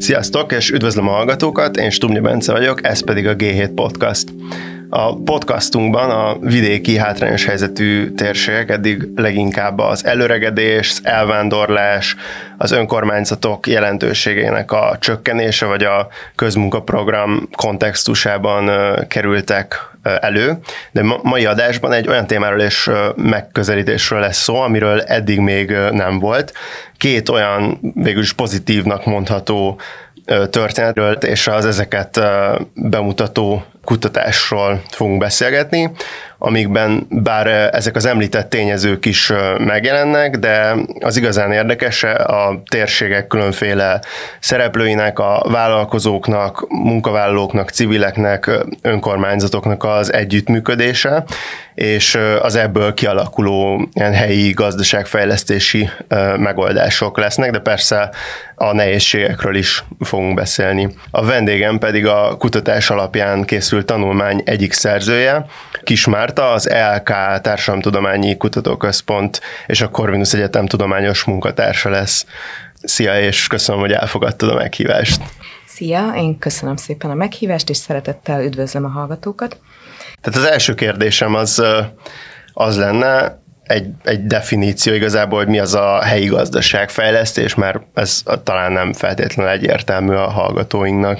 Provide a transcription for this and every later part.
Sziasztok, és üdvözlöm a hallgatókat, én Stubnyi Bence vagyok, ez pedig a G7 Podcast. A podcastunkban a vidéki hátrányos helyzetű térségek eddig leginkább az előregedés, az elvándorlás, az önkormányzatok jelentőségének a csökkenése, vagy a közmunkaprogram kontextusában kerültek elő, de mai adásban egy olyan témáról és megközelítésről lesz szó, amiről eddig még nem volt. Két olyan végülis pozitívnak mondható történetről és az ezeket bemutató kutatásról fogunk beszélgetni, amikben bár ezek az említett tényezők is megjelennek, de az igazán érdekes a térségek különféle szereplőinek, a vállalkozóknak, munkavállalóknak, civileknek, önkormányzatoknak az együttműködése, és az ebből kialakuló ilyen helyi gazdaságfejlesztési megoldások lesznek, de persze a nehézségekről is fogunk beszélni. A vendégem pedig a kutatás alapján készült tanulmány egyik szerzője, Kiss Márta, az ELK Társadalomtudományi Kutatóközpont és a Corvinus Egyetem tudományos munkatársa lesz. Szia, és köszönöm, hogy elfogadtad a meghívást. Szia, én köszönöm szépen a meghívást, és szeretettel üdvözlöm a hallgatókat. Tehát az első kérdésem az lenne, egy definíció igazából, hogy mi az a helyi gazdaságfejlesztés, mert ez talán nem feltétlenül egyértelmű a hallgatóinknak.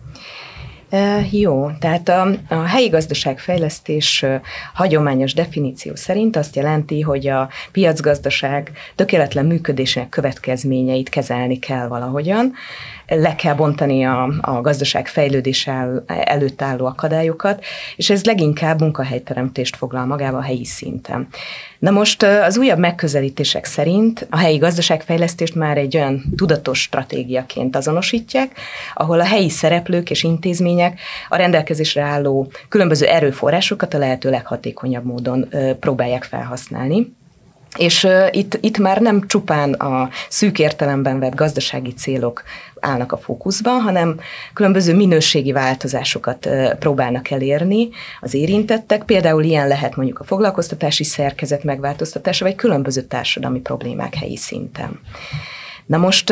Jó, tehát a helyi gazdaságfejlesztés hagyományos definíció szerint azt jelenti, hogy a piacgazdaság tökéletlen működésének következményeit kezelni kell valahogyan, le kell bontani a gazdaság fejlődése előtt álló akadályokat, és ez leginkább munkahelyteremtést foglal magába a helyi szinten. Na most az újabb megközelítések szerint a helyi gazdaságfejlesztést már egy olyan tudatos stratégiaként azonosítják, ahol a helyi szereplők és intézmények a rendelkezésre álló különböző erőforrásokat a lehető leghatékonyabb módon próbálják felhasználni. És itt már nem csupán a szűk értelemben vett gazdasági célok állnak a fókuszban, hanem különböző minőségi változásokat próbálnak elérni az érintettek. Például ilyen lehet mondjuk a foglalkoztatási szerkezet megváltoztatása, vagy különböző társadalmi problémák helyi szinten. Na most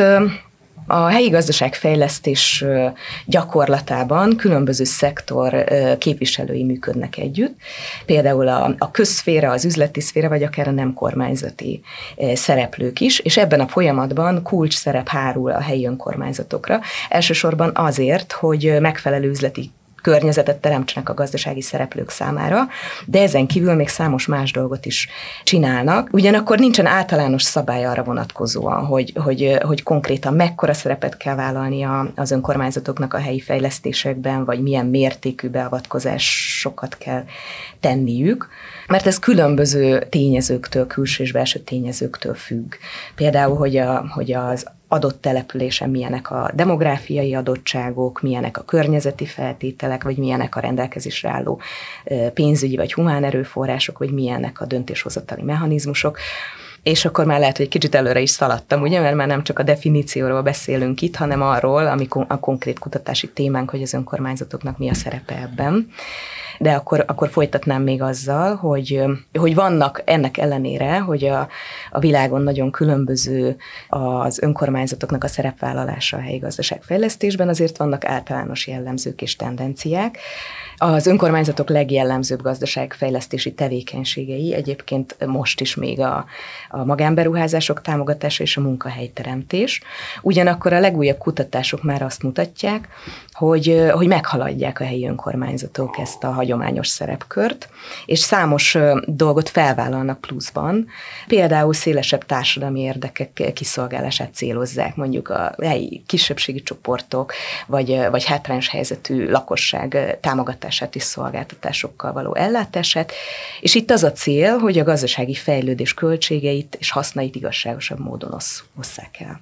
a helyi gazdaságfejlesztés gyakorlatában különböző szektor képviselői működnek együtt, például a közszféra, az üzleti szféra, vagy akár a nem kormányzati szereplők is, és ebben a folyamatban kulcs szerep hárul a helyi önkormányzatokra, elsősorban azért, hogy megfelelő üzleti környezetet teremtsenek a gazdasági szereplők számára, de ezen kívül még számos más dolgot is csinálnak. Ugyanakkor nincsen általános szabály arra vonatkozóan, hogy konkrétan mekkora szerepet kell vállalni az önkormányzatoknak a helyi fejlesztésekben, vagy milyen mértékű beavatkozásokat kell tenniük, mert ez különböző tényezőktől, külső és belső tényezőktől függ. Például, hogy az adott településen milyenek a demográfiai adottságok, milyenek a környezeti feltételek, vagy milyenek a rendelkezésre álló pénzügyi vagy humán erőforrások, vagy milyenek a döntéshozatali mechanizmusok. És akkor már lehet, hogy egy kicsit előre is szaladtam, ugye, mert már nem csak a definícióról beszélünk itt, hanem arról, ami a konkrét kutatási témánk, hogy az önkormányzatoknak mi a szerepe ebben. De akkor folytatnám még azzal, hogy vannak ennek ellenére, hogy a világon nagyon különböző az önkormányzatoknak a szerepvállalása a helyi gazdaságfejlesztésben, azért vannak általános jellemzők és tendenciák. Az önkormányzatok legjellemzőbb gazdaságfejlesztési tevékenységei egyébként most is még a magánberuházások támogatása és a munkahelyteremtés. Ugyanakkor a legújabb kutatások már azt mutatják, hogy meghaladják a helyi önkormányzatok ezt a hagyományos szerepkört, és számos dolgot felvállalnak pluszban. Például szélesebb társadalmi érdekek kiszolgálását célozzák, mondjuk a helyi kisebbségi csoportok, vagy hátrányos helyzetű lakosság támogatását és szolgáltatásokkal való ellátását, és itt az a cél, hogy a gazdasági fejlődés költségeit és hasznait igazságosabb módon osszák el.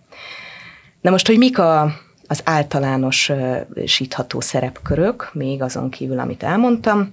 Na most, hogy mik az általánosítható szerepkörök, még azon kívül, amit elmondtam.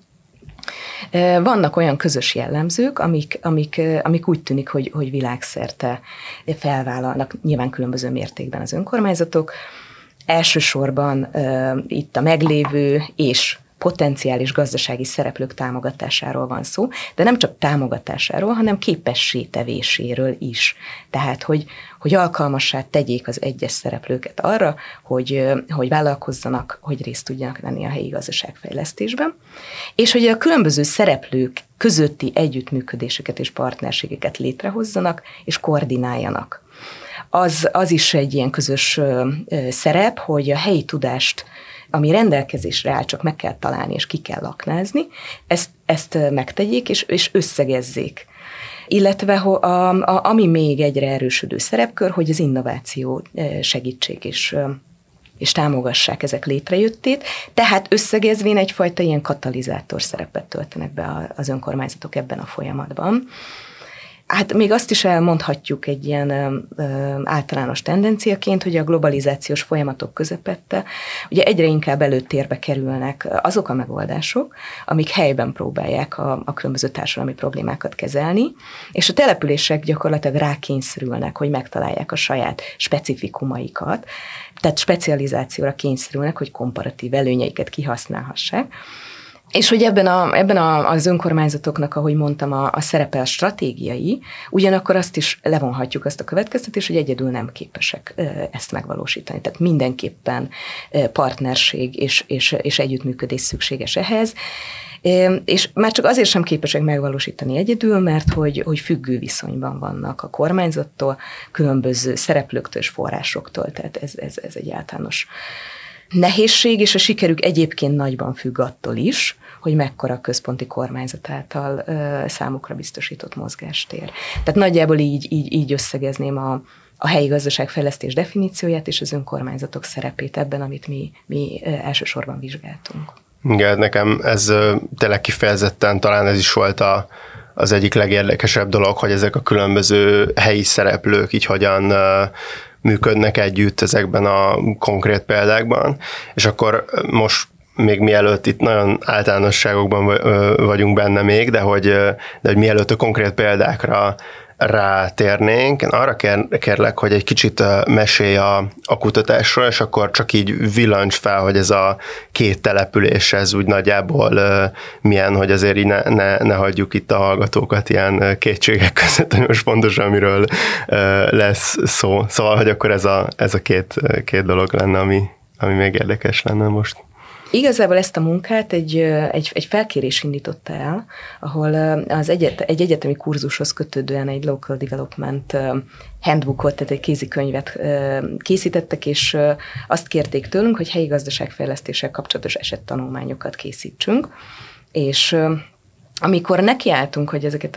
Vannak olyan közös jellemzők, amik úgy tűnik, hogy világszerte felvállalnak nyilván különböző mértékben az önkormányzatok. Elsősorban itt a meglévő és potenciális gazdasági szereplők támogatásáról van szó, de nem csak támogatásáról, hanem képességtevéséről is. Tehát, hogy alkalmassá tegyék az egyes szereplőket arra, hogy vállalkozzanak, hogy részt tudjanak venni a helyi gazdaságfejlesztésben, és hogy a különböző szereplők közötti együttműködéseket és partnerségeket létrehozzanak és koordináljanak. Az is egy ilyen közös szerep, hogy a helyi tudást, ami rendelkezésre áll, csak meg kell találni és ki kell aknázni, ezt megtegyék és összegezzék. Illetve ami még egyre erősödő szerepkör, hogy az innováció segítsék és támogassák ezek létrejöttét, tehát összegezvén egyfajta ilyen katalizátor szerepet töltenek be az önkormányzatok ebben a folyamatban. Hát még azt is elmondhatjuk egy ilyen általános tendenciaként, hogy a globalizációs folyamatok közepette ugye egyre inkább előtérbe kerülnek azok a megoldások, amik helyben próbálják a különböző társadalmi problémákat kezelni, és a települések gyakorlatilag rákényszerülnek, hogy megtalálják a saját specifikumaikat, tehát specializációra kényszerülnek, hogy komparatív előnyeiket kihasználhassák. És hogy ebben az önkormányzatoknak, ahogy mondtam, a szerepe a stratégiai, ugyanakkor azt is levonhatjuk azt a következtetést, hogy egyedül nem képesek ezt megvalósítani. Tehát mindenképpen partnerség és együttműködés szükséges ehhez. És már csak azért sem képesek megvalósítani egyedül, mert hogy függő viszonyban vannak a kormányzattól, különböző szereplőktől és forrásoktól, tehát ez egy általános nehézség, és a sikerük egyébként nagyban függ attól is, hogy mekkora a központi kormányzat által számukra biztosított mozgástér. Tehát nagyjából így összegezném a helyi gazdaságfejlesztés definícióját és az önkormányzatok szerepét ebben, amit mi elsősorban vizsgáltunk. Igen, nekem ez tényleg kifejezetten talán ez is volt az egyik legérdekesebb dolog, hogy ezek a különböző helyi szereplők így hogyan működnek együtt ezekben a konkrét példákban, és akkor most még mielőtt itt nagyon általánosságokban vagyunk benne még, de hogy mielőtt a konkrét példákra rátérnénk, arra kérlek, hogy egy kicsit mesélj a kutatásról, és akkor csak így villancs fel, hogy ez a két település, ez úgy nagyjából milyen, hogy azért így ne hagyjuk itt a hallgatókat ilyen kétségek között, hogy most pontosan miről lesz szó. Szóval, hogy akkor ez a két dolog lenne, ami még érdekes lenne most. Igazából ezt a munkát egy felkérés indította el, ahol egy egyetemi kurzushoz kötődően egy Local Development Handbookot, tehát egy kézikönyvet készítettek, és azt kérték tőlünk, hogy helyi gazdaságfejlesztéssel kapcsolatos esettanulmányokat készítsünk, és amikor nekiálltunk, hogy ezeket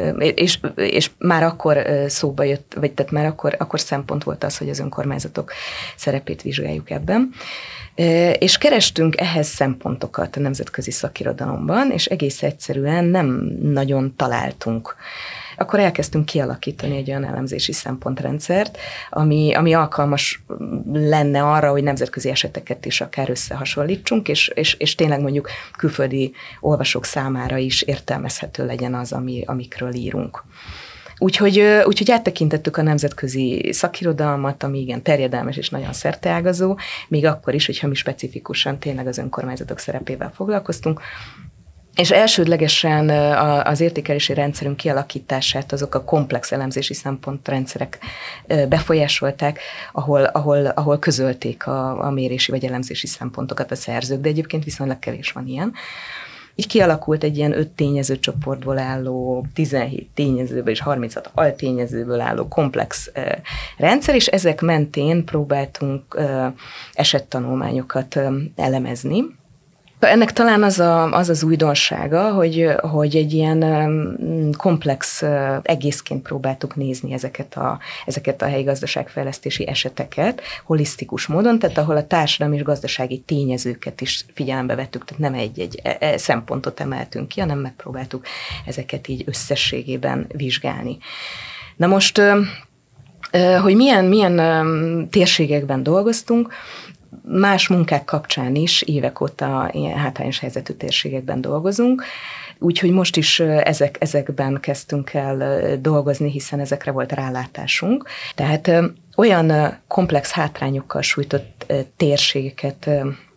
és már akkor szóba jött, vagy tehát már akkor szempont volt az, hogy az önkormányzatok szerepét vizsgáljuk ebben, és kerestünk ehhez szempontokat a nemzetközi szakirodalomban, és egész egyszerűen nem nagyon találtunk. Akkor elkezdtünk kialakítani egy olyan elemzési szempontrendszert, ami alkalmas lenne arra, hogy nemzetközi eseteket is akár összehasonlítsunk, és tényleg mondjuk külföldi olvasók számára is értelmezhető legyen az, amikről írunk. Úgyhogy áttekintettük a nemzetközi szakirodalmat, ami igen terjedelmes és nagyon szerteágazó, még akkor is, hogyha mi specifikusan tényleg az önkormányzatok szerepével foglalkoztunk. És elsődlegesen az értékelési rendszerünk kialakítását azok a komplex elemzési szempontrendszerek befolyásolták, ahol közölték a mérési vagy elemzési szempontokat a szerzők, de egyébként viszonylag kevés van ilyen. Így kialakult egy ilyen 5 tényező csoportból álló, 17 tényezőből és 36 altényezőből álló komplex rendszer, és ezek mentén próbáltunk esettanulmányokat elemezni. Ennek talán az újdonsága, hogy egy ilyen komplex egészként próbáltuk nézni ezeket a helyi gazdaságfejlesztési eseteket holisztikus módon, tehát ahol a társadalmi és gazdasági tényezőket is figyelembe vettük, tehát nem egy szempontot emeltünk ki, hanem megpróbáltuk ezeket így összességében vizsgálni. Na most, hogy milyen térségekben dolgoztunk, más munkák kapcsán is évek óta ilyen hátrányos helyzetű térségekben dolgozunk, úgyhogy most is ezekben kezdtünk el dolgozni, hiszen ezekre volt rálátásunk. Tehát olyan komplex hátrányokkal sújtott térségeket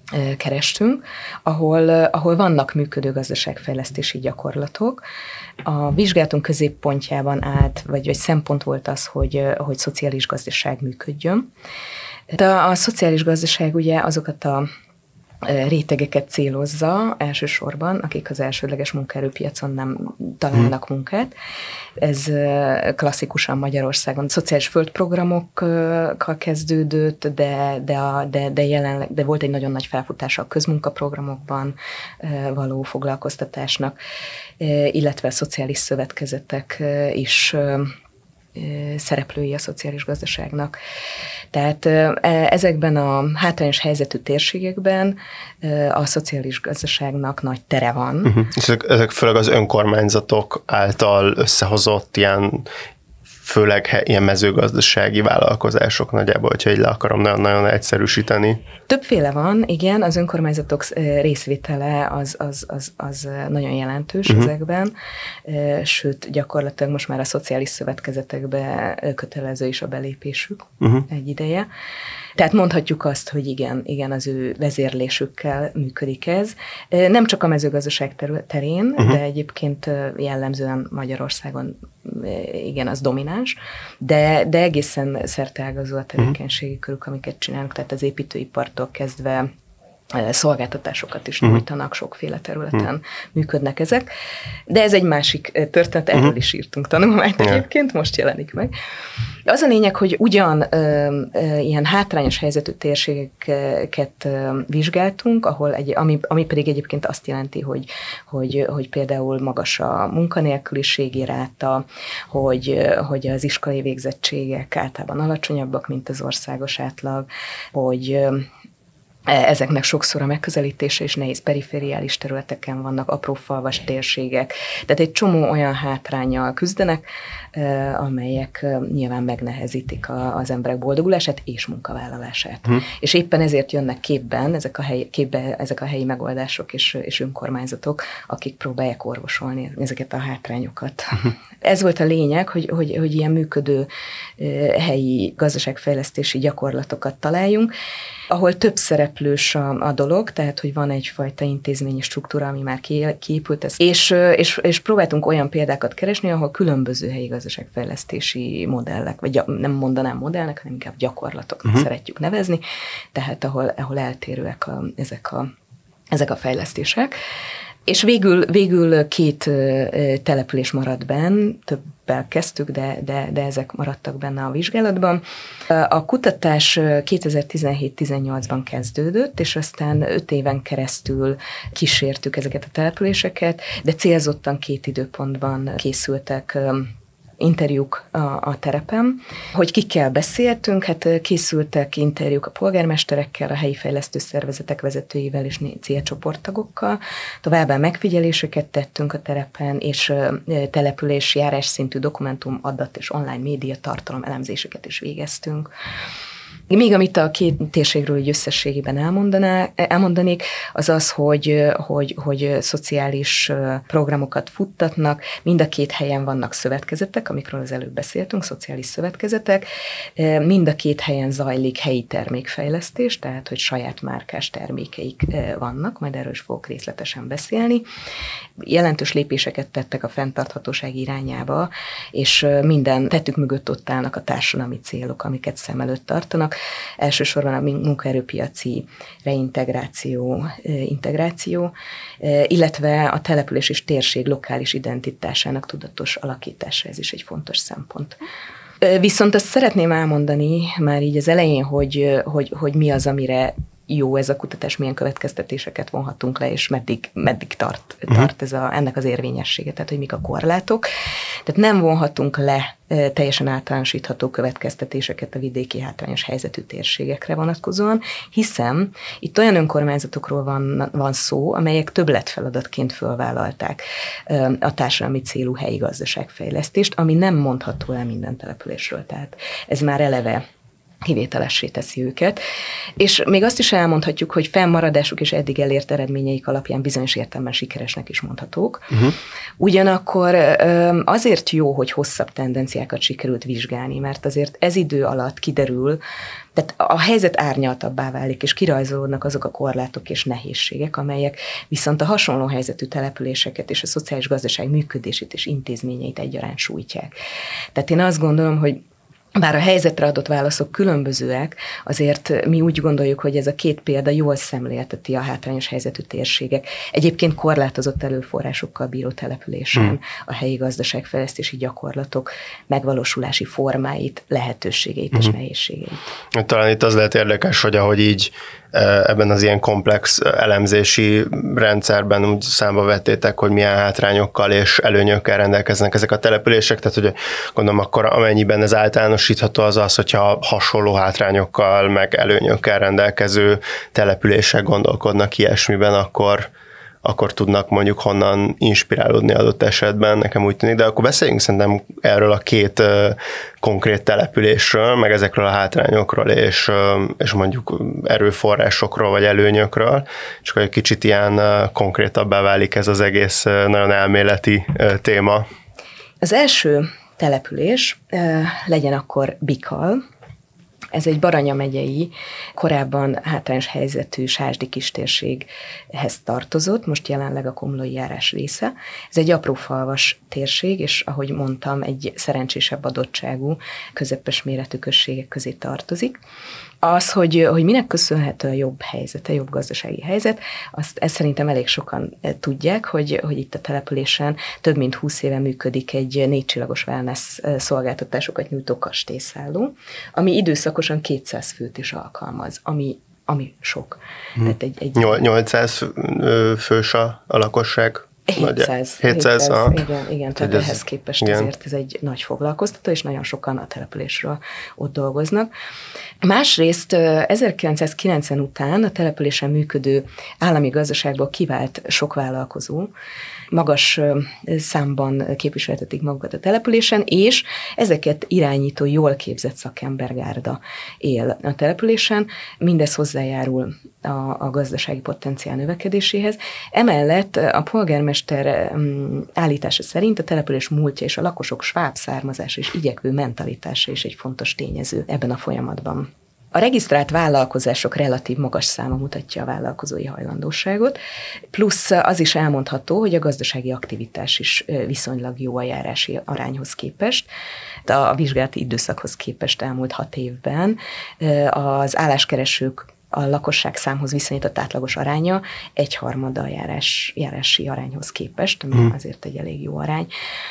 kerestünk, ahol vannak működő gazdaságfejlesztési gyakorlatok. A vizsgálatunk középpontjában állt, vagy szempont volt az, hogy szociális gazdaság működjön. De a szociális gazdaság ugye azokat a rétegeket célozza elsősorban, akik az elsődleges munkaerőpiacon nem találnak munkát. Ez klasszikusan Magyarországon szociális földprogramokkal kezdődött, de volt egy nagyon nagy felfutása a közmunkaprogramokban való foglalkoztatásnak, illetve a szociális szövetkezetek is szereplői a szociális gazdaságnak. Tehát ezekben a hátrányos helyzetű térségekben a szociális gazdaságnak nagy tere van. És ezek főleg az önkormányzatok által összehozott főleg ilyen mezőgazdasági vállalkozások nagyjából, hogyha így le akarom nagyon-nagyon egyszerűsíteni. Többféle van, igen, az önkormányzatok részvétele az nagyon jelentős ezekben, sőt, gyakorlatilag most már a szociális szövetkezetekbe kötelező is a belépésük egy ideje. Tehát mondhatjuk azt, hogy igen, az ő vezérlésükkel működik ez. Nem csak a mezőgazdaság terén, de egyébként jellemzően Magyarországon igen, az domináns, de egészen szerteágazó a tevékenységi körük, amiket csinálunk, tehát az építőipartól kezdve szolgáltatásokat is nyújtanak, sokféle területen működnek ezek. De ez egy másik történet, erről is írtunk tanulmányt egyébként, most jelenik meg. Az a lényeg, hogy ugyan ilyen hátrányos helyzetű térségeket vizsgáltunk, ami pedig egyébként azt jelenti, hogy például magas a munkanélküliségi ráta, hogy az iskolai végzettségek általában alacsonyabbak, mint az országos átlag, hogy ezeknek sokszor a megközelítése is nehéz, perifériális területeken vannak, apró falvas térségek, tehát egy csomó olyan hátránnyal küzdenek, amelyek nyilván megnehezítik az emberek boldogulását és munkavállalását. És éppen ezért jönnek képbe ezek a helyi megoldások és önkormányzatok, akik próbálják orvosolni ezeket a hátrányokat. Ez volt a lényeg, hogy ilyen működő helyi gazdaságfejlesztési gyakorlatokat találjunk, ahol több szereplős a dolog, tehát hogy van egyfajta intézményi struktúra, ami már kiépült, és próbáltunk olyan példákat keresni, ahol különböző helyi gazdaságfejlesztési modellek, vagy nem mondanám modellnek, hanem inkább gyakorlatoknak szeretjük nevezni, tehát ahol eltérőek ezek a fejlesztések. És végül 2 település maradt benn, többel kezdtük, de ezek maradtak benne a vizsgálatban. A kutatás 2017-18-ban kezdődött, és aztán 5 éven keresztül kísértük ezeket a településeket, de célzottan 2 időpontban készültek interjúk a terepen. Hogy kikkel beszéltünk, hát készültek interjúk a polgármesterekkel, a helyi fejlesztő szervezetek vezetőivel és célcsoporttagokkal. Továbbá megfigyeléseket tettünk a terepen, és település járás szintű dokumentum, adat és online média tartalom elemzéseket is végeztünk. Még amit a 2 térségről így összességében elmondanék, az az, hogy szociális programokat futtatnak, mind a 2 helyen vannak szövetkezetek, amikről az előbb beszéltünk, szociális szövetkezetek, mind a 2 helyen zajlik helyi termékfejlesztés, tehát hogy saját márkás termékeik vannak, majd erről is fogok részletesen beszélni. Jelentős lépéseket tettek a fenntarthatóság irányába, és minden tettük mögött ott állnak a társadalmi célok, amiket szem előtt tartanak. Elsősorban a munkaerőpiaci integráció, illetve a település és térség lokális identitásának tudatos alakítása, ez is egy fontos szempont. Viszont azt szeretném elmondani már így az elején, hogy mi az, amire jó ez a kutatás, milyen következtetéseket vonhatunk le, és meddig tart ennek az érvényessége, tehát hogy mik a korlátok. Tehát nem vonhatunk le teljesen általánosítható következtetéseket a vidéki hátrányos helyzetű térségekre vonatkozóan, hiszen itt olyan önkormányzatokról van szó, amelyek többletfeladatként fölvállalták a társadalmi célú helyi gazdaságfejlesztést, ami nem mondható el minden településről. Tehát ez már eleve kivételessé teszi őket. És még azt is elmondhatjuk, hogy fennmaradásuk és eddig elért eredményeik alapján bizonyos értelemben sikeresnek is mondhatók. Ugyanakkor azért jó, hogy hosszabb tendenciákat sikerült vizsgálni, mert azért ez idő alatt kiderül, tehát a helyzet árnyaltabbá válik, és kirajzolódnak azok a korlátok és nehézségek, amelyek viszont a hasonló helyzetű településeket és a szociális gazdaság működését és intézményeit egyaránt sújtják. Tehát én azt gondolom, hogy bár a helyzetre adott válaszok különbözőek, azért mi úgy gondoljuk, hogy ez a két példa jól szemlélteti a hátrányos helyzetű térségek, egyébként korlátozott előforrásokkal bíró településen a helyi gazdaságfejlesztési gyakorlatok megvalósulási formáit, lehetőségeit és nehézségeit. Talán itt az lehet érdekes, hogy ahogy így ebben az ilyen komplex elemzési rendszerben úgy számba vettétek, hogy milyen hátrányokkal és előnyökkel rendelkeznek ezek a települések, tehát hogy gondolom akkor amennyiben ez általánosítható az, hogyha hasonló hátrányokkal meg előnyökkel rendelkező települések gondolkodnak ilyesmiben, akkor tudnak mondjuk honnan inspirálódni adott esetben, nekem úgy tűnik, de akkor beszéljünk szerintem erről a két konkrét településről, meg ezekről a hátrányokról, és mondjuk erőforrásokról, vagy előnyökről, csak egy kicsit ilyen konkrétabbá válik ez az egész nagyon elméleti téma. Az első település legyen akkor Bikal. Ez egy Baranya megyei, korábban hátrányos helyzetű Sásdi kistérséghez tartozott, most jelenleg a Komlói járás része. Ez egy aprófalvas térség, és ahogy mondtam, egy szerencsésebb adottságú, közepes méretű községek közé tartozik. Az, hogy minek köszönhető a jobb helyzete, jobb gazdasági helyzet, ezt szerintem elég sokan tudják, hogy itt a településen több mint 20 éve működik egy 4 csillagos wellness szolgáltatásokat nyújtó kastélyszálló, ami időszakosan 200 főt is alkalmaz, ami sok. Tehát 800 fős a lakosság? 700, igen, tehát ehhez képest azért ez egy nagy foglalkoztató, és nagyon sokan a településről ott dolgoznak. Másrészt 1990 után a településen működő állami gazdaságból kivált sok vállalkozó magas számban képviseltetik magukat a településen, és ezeket irányító, jól képzett szakembergárda él a településen, mindez hozzájárul a gazdasági potenciál növekedéséhez. Emellett a polgármester állítása szerint a település múltja és a lakosok sváb származása és igyekvő mentalitása is egy fontos tényező ebben a folyamatban. A regisztrált vállalkozások relatív magas száma mutatja a vállalkozói hajlandóságot, plusz az is elmondható, hogy a gazdasági aktivitás is viszonylag jó a járási arányhoz képest. A vizsgálati időszakhoz képest elmúlt 6 évben az álláskeresők a lakosság számhoz viszonyított átlagos aránya 1/3 a járási arányhoz képest, ami azért egy elég jó arány.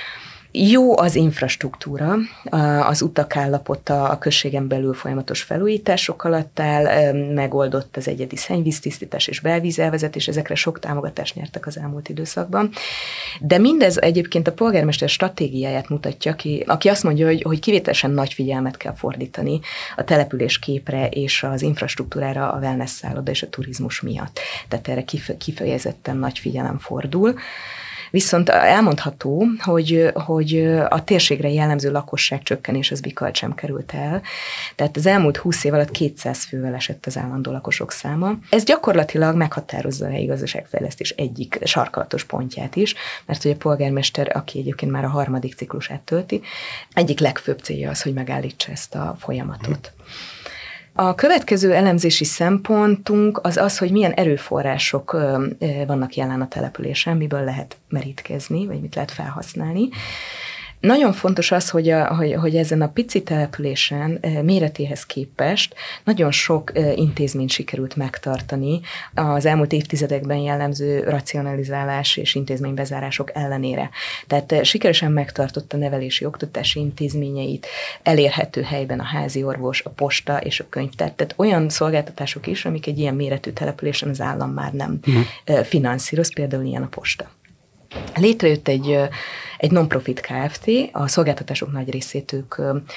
Jó az infrastruktúra, az utak állapota a községen belül folyamatos felújítások alatt áll, megoldott az egyedi szennyvíztisztítás és belvízelvezetés, ezekre sok támogatást nyertek az elmúlt időszakban. De mindez egyébként a polgármester stratégiáját mutatja ki, aki azt mondja, hogy kivételesen nagy figyelmet kell fordítani a település képre és az infrastruktúrára a wellness szálloda és a turizmus miatt. Tehát erre kifejezetten nagy figyelem fordul. Viszont elmondható, hogy a térségre jellemző lakosság csökkenés az Bikalt sem került el. Tehát az elmúlt 20 év alatt 200 fővel esett az állandó lakosok száma. Ez gyakorlatilag meghatározza a helyi gazdaságfejlesztés egyik sarkalatos pontját is, mert hogy a polgármester, aki egyébként már a 3. ciklusát tölti, egyik legfőbb célja az, hogy megállítsa ezt a folyamatot. A következő elemzési szempontunk az, hogy milyen erőforrások vannak jelen a településen, miből lehet merítkezni, vagy mit lehet felhasználni. Nagyon fontos az, hogy ezen a pici településen méretéhez képest nagyon sok intézményt sikerült megtartani az elmúlt évtizedekben jellemző racionalizálás és intézménybezárások ellenére. Tehát sikeresen megtartotta nevelési oktatási intézményeit, elérhető helyben a házi orvos, a posta és a könyvtár. Tehát olyan szolgáltatások is, amik egy ilyen méretű településen az állam már nem finanszíroz, például ilyen a posta. Létrejött egy non-profit Kft., a szolgáltatások nagy részét ők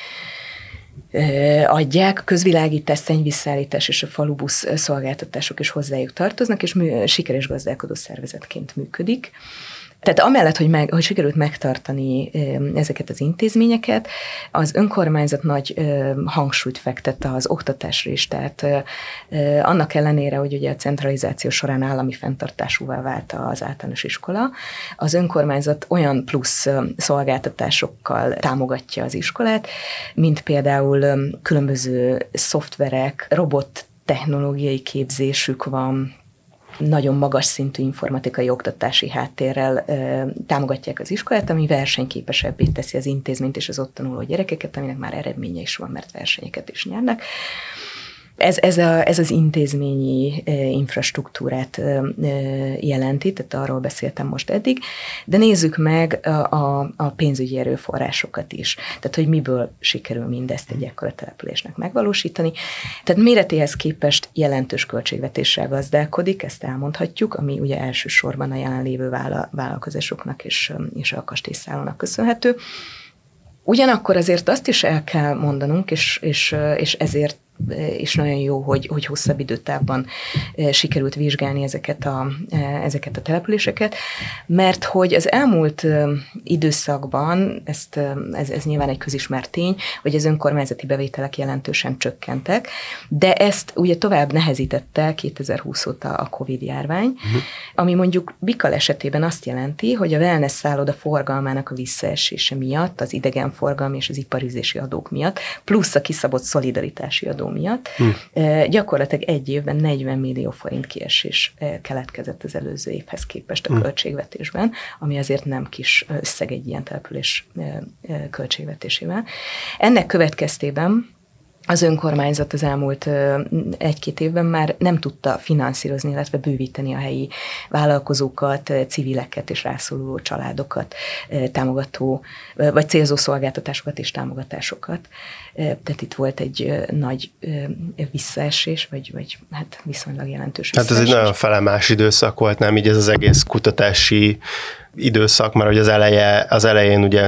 adják, közvilágítás, szennyvízszállítás és a falubusz szolgáltatások is hozzájuk tartoznak, és sikeres gazdálkodó szervezetként működik. Tehát amellett, hogy sikerült megtartani ezeket az intézményeket, az önkormányzat nagy hangsúlyt fektet az oktatásra is, tehát annak ellenére, hogy ugye a centralizáció során állami fenntartásúvá vált az általános iskola, az önkormányzat olyan plusz szolgáltatásokkal támogatja az iskolát, mint például különböző szoftverek, robot technológiai képzésük van, nagyon magas szintű informatikai oktatási háttérrel támogatják az iskolát, ami versenyképesebbé teszi az intézményt és az ott tanuló gyerekeket, aminek már eredménye is van, mert versenyeket is nyernek. Ez az intézményi infrastruktúrát jelenti, tehát arról beszéltem most eddig, de nézzük meg a pénzügyi erőforrásokat is, tehát hogy miből sikerül mindezt egy ekkora településnek megvalósítani. Tehát méretéhez képest jelentős költségvetéssel gazdálkodik, ezt elmondhatjuk, ami ugye elsősorban a jelenlévő vállalkozásoknak és a kastélyszállónak köszönhető. Ugyanakkor azért azt is el kell mondanunk, és ezért és nagyon jó, hogy hosszabb időtávban sikerült vizsgálni ezeket a településeket, mert hogy az elmúlt időszakban, ez nyilván egy közismert tény, hogy az önkormányzati bevételek jelentősen csökkentek, de ezt ugye tovább nehezítette 2020 óta a Covid-járvány, ami mondjuk Bikal esetében azt jelenti, hogy a wellness szálloda forgalmának a visszaesése miatt, az idegenforgalmi és az iparüzési adók miatt, plusz a kiszabott szolidaritási adó miatt, gyakorlatilag egy évben 40 millió forint kiesés keletkezett az előző évhez képest a költségvetésben, ami azért nem kis összeg egy ilyen település költségvetésével. Ennek következtében az önkormányzat az elmúlt 1-2 évben már nem tudta finanszírozni, illetve bővíteni a helyi vállalkozókat, civileket és rászoruló családokat támogató, vagy célzó szolgáltatásokat és támogatásokat. Tehát itt volt egy nagy visszaesés, vagy hát viszonylag jelentős visszaesés. Hát ez egy nagyon felemás időszak volt, nem így ez az egész kutatási időszak, mert hogy az elején ugye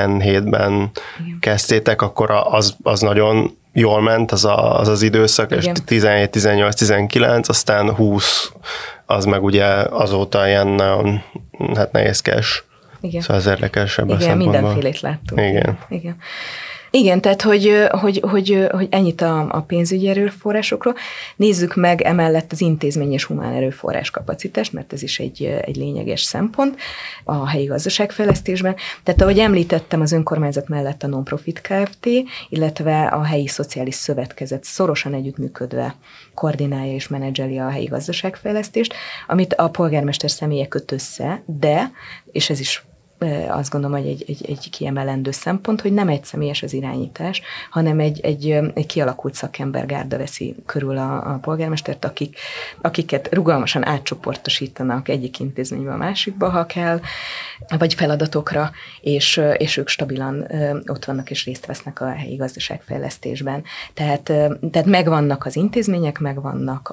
17-ben kezdtétek, akkor az nagyon jól ment az időszak, igen. És 17, 18, 19, aztán 20, az meg ugye azóta ilyen nagyon nehézkes. Igen. Szóval ez érdekes ebben a szempontból. Igen, mindenfélét láttuk. Igen. Igen, tehát hogy ennyit a pénzügyi erőforrásokról. Nézzük meg emellett az intézmény és humán erőforrás kapacitást, mert ez is egy lényeges szempont a helyi gazdaságfejlesztésben. Tehát ahogy említettem, az önkormányzat mellett a Non-Profit Kft., illetve a helyi szociális szövetkezet szorosan együttműködve koordinálja és menedzseli a helyi gazdaságfejlesztést, amit a polgármester személye köt össze, de, és ez is azt gondolom, hogy egy kiemelendő szempont, hogy nem egy személyes az irányítás, hanem egy kialakult szakembergárda veszi körül a polgármestert, akiket rugalmasan átcsoportosítanak egyik intézménybe a másikba, ha kell, vagy feladatokra, és ők stabilan ott vannak és részt vesznek a helyi gazdaságfejlesztésben. Tehát megvannak az intézmények, megvannak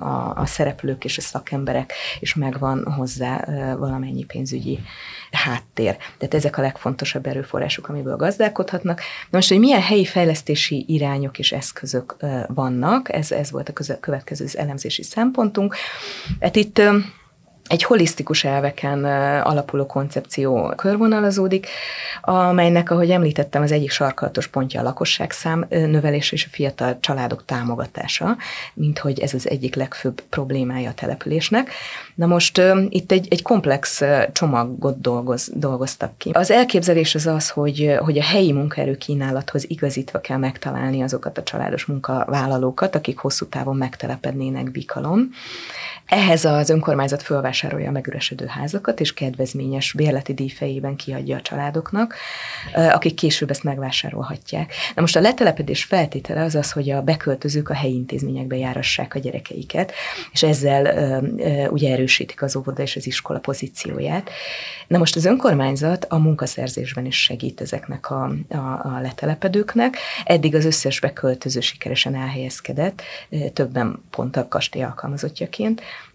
a szereplők és a szakemberek, és megvan hozzá valamennyi pénzügyi háttér. Tehát ezek a legfontosabb erőforrások, amiből gazdálkodhatnak. Na most, hogy milyen helyi fejlesztési irányok és eszközök vannak, ez volt a következő elemzési szempontunk. Hát itt egy holisztikus elveken alapuló koncepció körvonalazódik, amelynek, ahogy említettem, az egyik sarkalatos pontja a lakosságszám növelése és a fiatal családok támogatása, mint hogy ez az egyik legfőbb problémája a településnek. Na most itt egy komplex csomagot dolgoztak ki. Az elképzelés az, hogy a helyi munkaerő kínálathoz igazítva kell megtalálni azokat a családos munkavállalókat, akik hosszú távon megtelepednének Bikalon. Ehhez az önkormányzat fölvásárolja a megüresedő házakat, és kedvezményes bérleti díj fejében kiadja a családoknak, akik később ezt megvásárolhatják. Na most a letelepedés feltétele az, hogy a beköltözők a helyi intézményekbe járassák a gyerekeiket, és ezzel ugye erősítik az óvoda és az iskola pozícióját. Na most az önkormányzat a munkaszerzésben is segít ezeknek a letelepedőknek. Eddig az összes beköltöző sikeresen elhelyezkedett, többen pont a kastély alkalmazottjaként,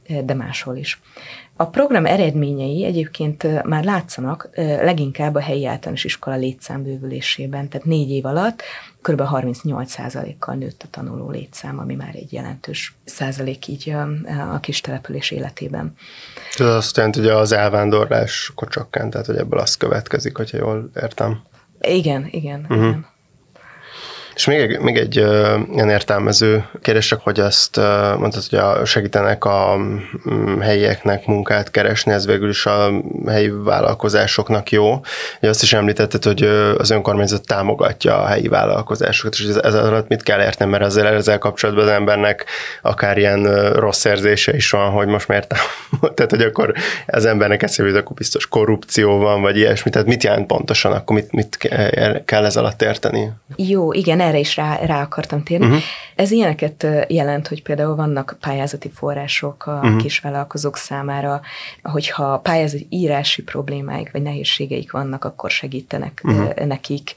de máshol is. A program eredményei egyébként már látszanak leginkább a helyi általános iskola létszámbővülésében, tehát 4 év alatt kb. 38%-kal nőtt a tanuló létszám, ami már egy jelentős százalék így a kis település életében. Ez azt jelenti, hogy az elvándorlás akkor csökkent, tehát hogy ebből az következik, hogyha jól értem. Igen. Igen. És még egy ilyen értelmező kérdés, csak hogy azt mondtad, hogy segítenek a helyieknek munkát keresni, ez végül is a helyi vállalkozásoknak jó. Ugye azt is említetted, hogy az önkormányzat támogatja a helyi vállalkozásokat, és ez alatt mit kell érteni, mert ezzel kapcsolatban az embernek akár ilyen rossz érzése is van, hogy most miért tehát, hogy akkor az embernek eszébe jut, akkor biztos korrupció van, vagy ilyesmi, tehát mit jelent pontosan, akkor mit kell ez alatt érteni? Jó, igen, erre is rá akartam térni. Ez ilyeneket jelent, hogy például vannak pályázati források a kisvállalkozók számára, hogyha pályázati írási problémáik vagy nehézségeik vannak, akkor segítenek nekik.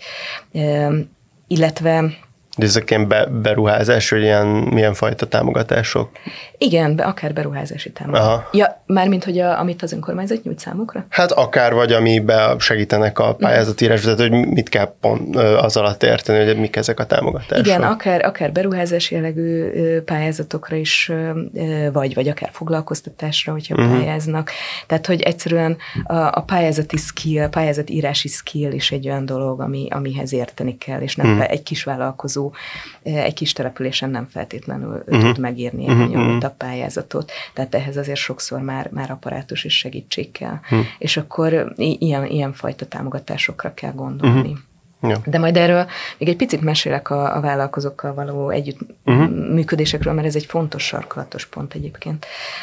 Illetve de ezek ilyen beruházás, hogy milyen fajta támogatások? Igen, akár beruházási támogatás. Ja, mármint, hogy amit az önkormányzat nyújt számukra? Hát akár, vagy amiben segítenek a pályázatírásba, tehát hogy mit kell az alatt érteni, hogy mik ezek a támogatások? Igen, akár beruházási jellegű pályázatokra is, vagy akár foglalkoztatásra, hogyha pályáznak. Tehát, hogy egyszerűen a pályázati skill, pályázatírási skill is egy olyan dolog, amihez érteni kell, és nem egy kis vállalkozó egy kis településen nem feltétlenül tud megírni egy bonyolultabb pályázatot, tehát ehhez azért sokszor már apparátus és segítség kell. És akkor ilyen fajta támogatásokra kell gondolni. Ja. De majd erről még egy picit mesélek a vállalkozókkal való együttműködésekről, mert ez egy fontos sarkalatos pont egyébként.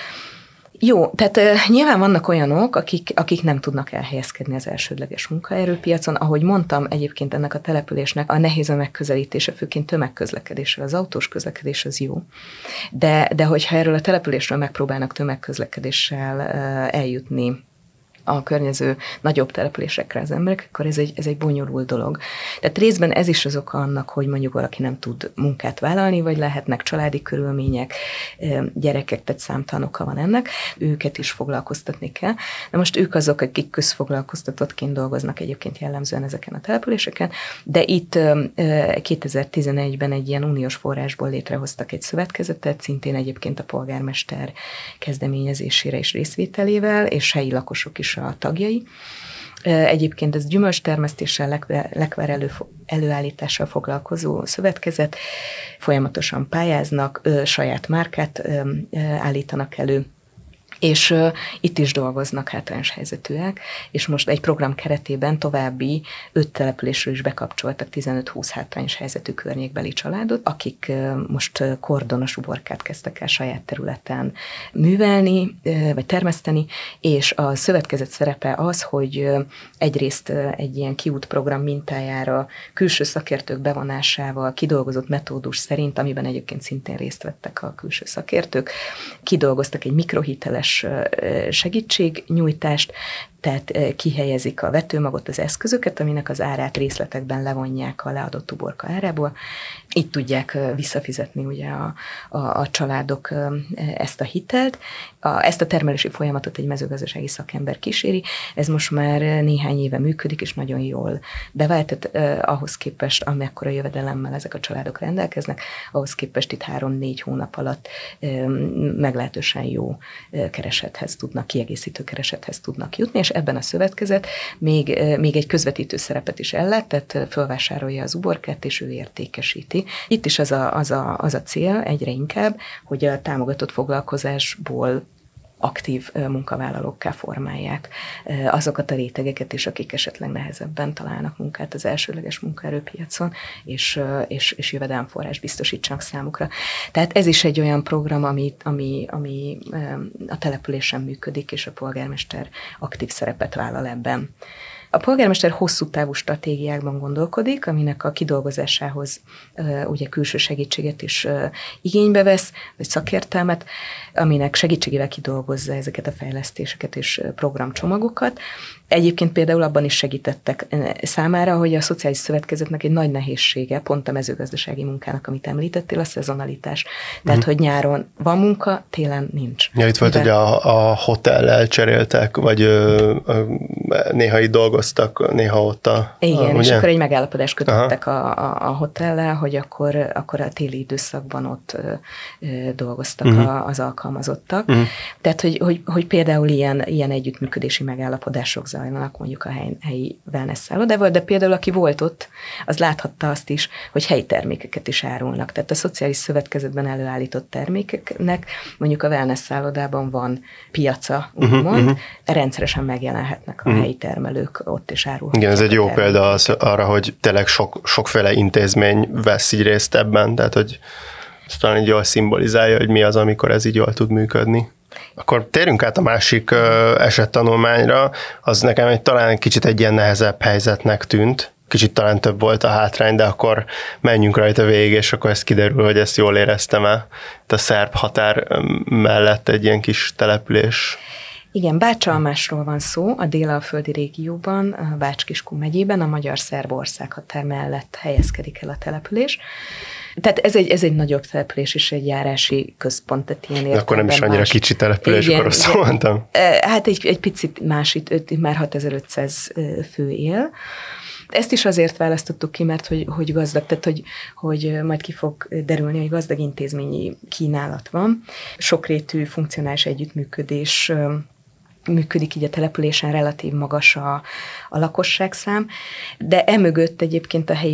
Jó, tehát nyilván vannak olyanok, akik nem tudnak elhelyezkedni az elsődleges munkaerőpiacon. Ahogy mondtam, egyébként ennek a településnek a nehéz a megközelítése, főként tömegközlekedéssel, az autós közlekedés az jó. De hogyha erről a településről megpróbálnak tömegközlekedéssel eljutni a környező nagyobb településekre az emberek, akkor ez egy bonyolult dolog. Tehát részben ez is az oka annak, hogy mondjuk valaki nem tud munkát vállalni, vagy lehetnek családi körülmények, gyerekek, tehát számtalan oka van ennek, őket is foglalkoztatni kell. De most ők azok, akik közfoglalkoztatottként dolgoznak egyébként jellemzően ezeken a településeken, de itt 2011-ben egy ilyen uniós forrásból létrehoztak egy szövetkezetet, szintén egyébként a polgármester kezdeményezésére és részvételével, és helyi lakosok is a tagjai. Egyébként ez gyümölcstermesztéssel, lekvár előállítással foglalkozó szövetkezet, folyamatosan pályáznak, saját márkát állítanak elő, és itt is dolgoznak hátrányos helyzetűek, és most egy program keretében további 5 településről is bekapcsoltak 15-20 hátrányos helyzetű környékbeli családot, akik most kordonos uborkát kezdtek el saját területen művelni, vagy termeszteni, és a szövetkezet szerepe az, hogy egyrészt egy ilyen kiútprogram mintájára külső szakértők bevonásával kidolgozott metódus szerint, amiben egyébként szintén részt vettek a külső szakértők, kidolgoztak egy mikrohiteles segítségnyújtást, tehát kihelyezik a vetőmagot, az eszközöket, aminek az árát részletekben levonják a leadott uborka árából. Így tudják visszafizetni ugye a családok ezt a hitelt. Ezt a termelési folyamatot egy mezőgazdasági szakember kíséri. Ez most már néhány éve működik, és nagyon jól bevált, tehát ahhoz képest, amekkora jövedelemmel ezek a családok rendelkeznek, ahhoz képest itt 3-4 hónap alatt meglehetősen jó keresethez tudnak, kiegészítő keresethez tudnak jutni, és ebben a szövetkezet még egy közvetítő szerepet is ellát, tehát fölvásárolja az uborkát, és ő értékesíti. Itt is az a cél egyre inkább, hogy a támogatott foglalkozásból aktív munkavállalókká formálják azokat a rétegeket is, akik esetleg nehezebben találnak munkát az elsődleges munkaerőpiacon, és jövedelemforrás biztosítsanak számukra. Tehát ez is egy olyan program, ami a településen működik, és a polgármester aktív szerepet vállal ebben. A polgármester hosszú távú stratégiákban gondolkodik, aminek a kidolgozásához ugye külső segítséget is igénybe vesz, vagy szakértelmet, aminek segítségével kidolgozza ezeket a fejlesztéseket és programcsomagokat. Egyébként például abban is segítettek számára, hogy a szociális szövetkezetnek egy nagy nehézsége, pont a mezőgazdasági munkának, amit említettél, a szezonalitás. Tehát, hogy nyáron van munka, télen nincs. Ja, itt volt, hogy a hotellel cseréltek, vagy néha itt dolgoztak, néha ott igen, és akkor egy megállapodást kötöttek a hotellel, hogy akkor a téli időszakban ott dolgoztak az alkalmazottak. Tehát, hogy például ilyen együttműködési megállapodások zajlanak mondjuk a helyi wellness szállodával, de például aki volt ott, az láthatta azt is, hogy helyi termékeket is árulnak. Tehát a szociális szövetkezetben előállított termékeknek mondjuk a wellness szállodában van piaca, úgymond, rendszeresen megjelenhetnek a helyi termelők ott is árulhatják. Igen, ez egy jó példa arra, hogy tényleg sokféle intézmény vesz így részt ebben, tehát hogy ez talán így jól szimbolizálja, hogy mi az, amikor ez így jól tud működni. Akkor térjünk át a másik esettanulmányra, az nekem talán egy kicsit egy ilyen nehezebb helyzetnek tűnt, kicsit talán több volt a hátrány, de akkor menjünk rajta végig, és akkor ez kiderül, hogy ezt jól éreztem el. Itt a szerb határ mellett egy ilyen kis település. Igen, Bácsalmásról van szó, a délalföldi régióban, a Bács-Kiskun megyében, a magyar-szerb országhatár mellett helyezkedik el a település. Tehát ez egy nagyobb település és egy járási központ. Tehát ilyen de akkor nem is annyira kicsi település, akkor rosszul mondtam. Hát egy picit más, itt már 6500 fő él. Ezt is azért választottuk ki, mert hogy gazdag, tehát hogy majd ki fog derülni, hogy gazdag intézményi kínálat van. Sokrétű funkcionális együttműködés működik így a településen, relatív magas a lakosságszám, de emögött egyébként a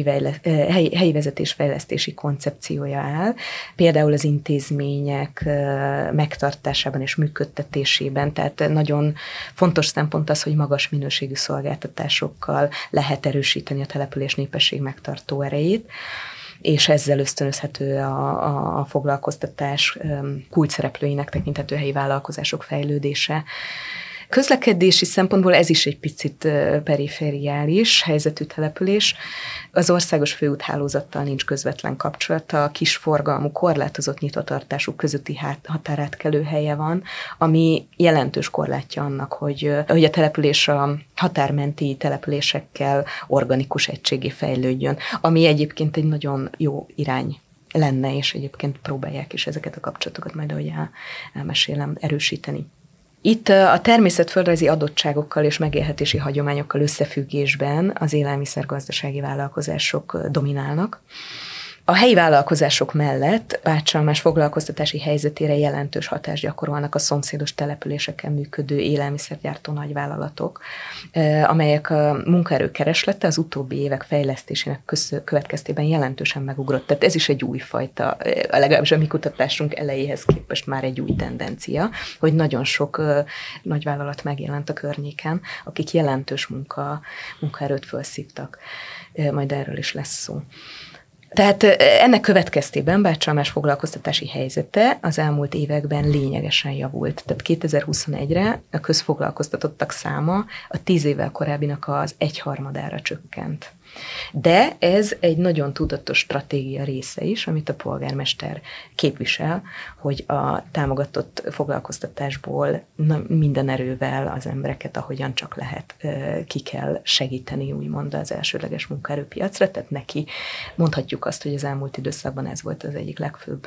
helyi vezetésfejlesztési koncepciója áll, például az intézmények megtartásában és működtetésében, tehát nagyon fontos szempont az, hogy magas minőségű szolgáltatásokkal lehet erősíteni a település népesség megtartó erejét, és ezzel ösztönözhető a foglalkoztatás kulcsszereplőinek tekinthető helyi vállalkozások fejlődése. Közlekedési szempontból ez is egy picit perifériális helyzetű település. Az országos főúthálózattal nincs közvetlen kapcsolata, a kisforgalmú, korlátozott nyitvatartású közötti határátkelő helye van, ami jelentős korlátja annak, hogy a település a határmenti településekkel organikus egységé fejlődjön, ami egyébként egy nagyon jó irány lenne, és egyébként próbálják is ezeket a kapcsolatokat majd, ahogy elmesélem, erősíteni. Itt a természetföldrajzi adottságokkal és megélhetési hagyományokkal összefüggésben az élelmiszergazdasági vállalkozások dominálnak. A helyi vállalkozások mellett Bácsalmás foglalkoztatási helyzetére jelentős hatást gyakorolnak a szomszédos településeken működő élelmiszergyártó nagyvállalatok, amelyek a munkaerő kereslete az utóbbi évek fejlesztésének következtében jelentősen megugrott. Tehát ez is egy újfajta, legalábbis a mi kutatásunk elejéhez képest már egy új tendencia, hogy nagyon sok nagyvállalat megjelent a környéken, akik jelentős munkaerőt felszívtak. Majd erről is lesz szó. Tehát ennek következtében Bácsalmás foglalkoztatási helyzete az elmúlt években lényegesen javult. Tehát 2021-re a közfoglalkoztatottak száma a 10 évvel korábbinak az 1/3-ára csökkent. De ez egy nagyon tudatos stratégia része is, amit a polgármester képvisel, hogy a támogatott foglalkoztatásból minden erővel az embereket, ahogyan csak lehet, ki kell segíteni, úgymond az elsődleges munkaerőpiacra, tehát neki mondhatjuk azt, hogy az elmúlt időszakban ez volt az egyik legfőbb